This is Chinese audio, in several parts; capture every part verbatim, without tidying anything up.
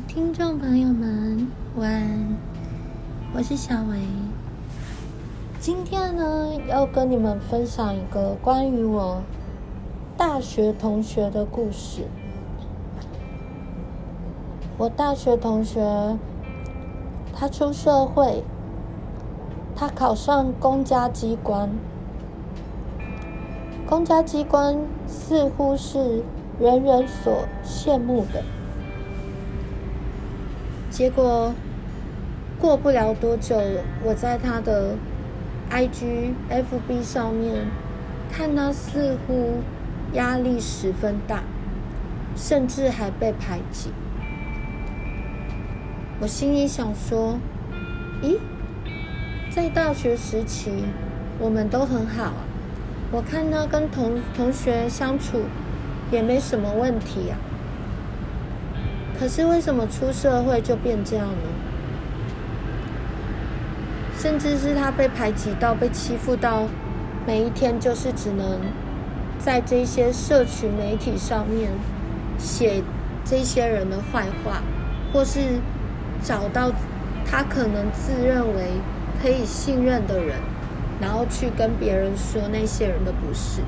听众朋友们，晚安，我是小维。今天呢，要跟你们分享一个关于我大学同学的故事。我大学同学，他出社会，他考上公家机关。公家机关似乎是人人所羡慕的。结果过不了多久，我在他的 I G、F B 上面看他似乎压力十分大，甚至还被排挤。我心里想说，咦，在大学时期我们都很好啊，我看他跟同同学相处也没什么问题啊。可是为什么出社会就变这样呢？甚至是他被排挤到、被欺负到，每一天就是只能在这些社群媒体上面写这些人的坏话，或是找到他可能自认为可以信任的人，然后去跟别人说那些人的不是。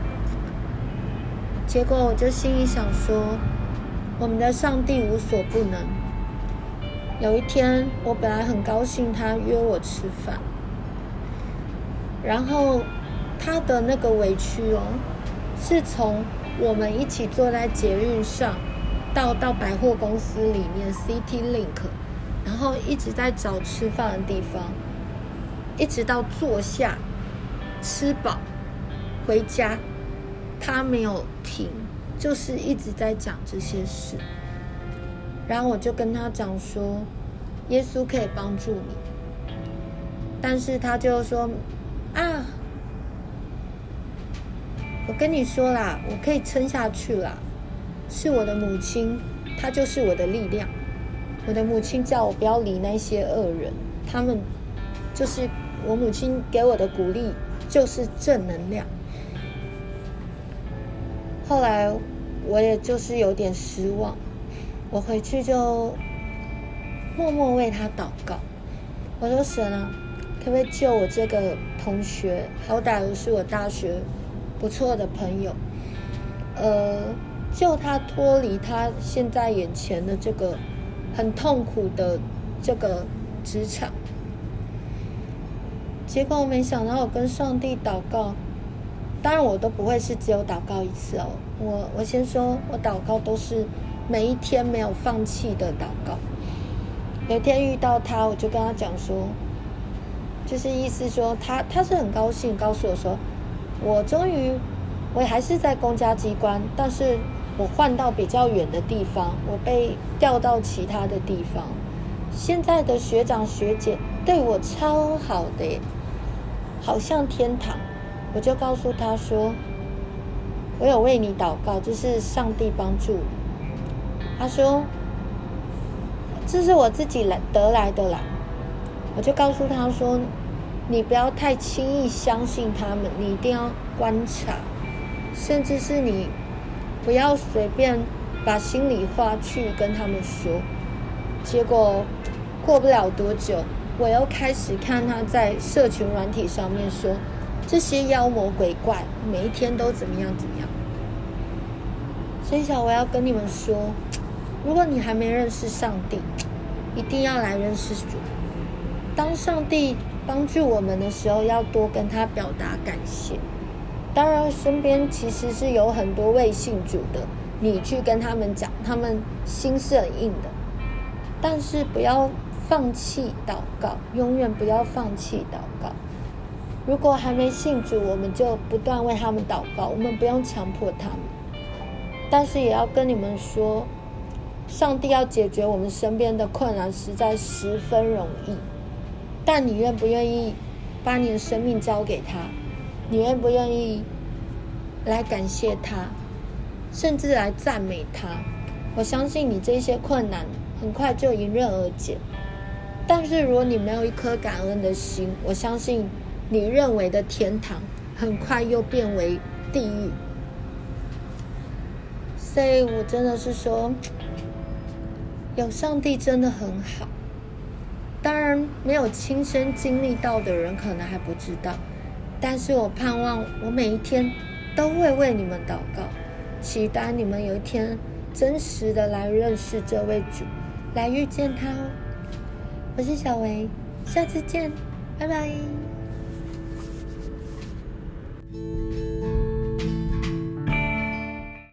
结果我就心里想说，我们的上帝无所不能。有一天，我本来很高兴他约我吃饭，然后他的那个委屈哦，是从我们一起坐在捷运上，到到百货公司里面 City Link， 然后一直在找吃饭的地方，一直到坐下吃饱回家，他没有停，就是一直在讲这些事。然后我就跟他讲说，耶稣可以帮助你，但是他就说啊，我跟你说啦，我可以撑下去啦，是我的母亲，她就是我的力量。我的母亲叫我不要理那些恶人，他们就是我母亲给我的鼓励，就是正能量。后来我也就是有点失望，我回去就默默为他祷告。我说神啊，可不可以救我这个同学？好歹又是我大学不错的朋友，呃，救他脱离他现在眼前的这个很痛苦的这个职场。结果我没想到，我跟上帝祷告，当然我都不会是只有祷告一次哦。我我先说，我祷告都是每一天没有放弃的祷告。有一天遇到他，我就跟他讲说，就是意思说他他是很高兴，告诉我说，我终于我还是在公家机关，但是我换到比较远的地方，我被调到其他的地方。现在的学长学姐对我超好的耶，好像天堂。我就告诉他说，我有为你祷告，这是上帝帮助你。他说，这是我自己来得来的啦。我就告诉他说，你不要太轻易相信他们，你一定要观察，甚至是你不要随便把心里话去跟他们说。结果过不了多久，我又开始看他在社群软体上面说，这些妖魔鬼怪每一天都怎么样怎么样。所以小我要跟你们说，如果你还没认识上帝，一定要来认识主。当上帝帮助我们的时候，要多跟他表达感谢。当然身边其实是有很多未信主的，你去跟他们讲，他们心是很硬的，但是不要放弃祷告，永远不要放弃祷告。如果还没信主，我们就不断为他们祷告，我们不用强迫他们。但是也要跟你们说，上帝要解决我们身边的困难实在十分容易，但你愿不愿意把你的生命交给他？你愿不愿意来感谢他，甚至来赞美他？我相信你这些困难很快就迎刃而解。但是如果你没有一颗感恩的心，我相信你认为的天堂很快又变为地狱。所以我真的是说， 有上帝真的很好。当然，没有亲身经历到的人可能还不知道，但是我盼望我每一天都会为你们祷告，期待你们有一天真实的来认识这位主，来遇见他哦。我是小维，下次见，拜拜。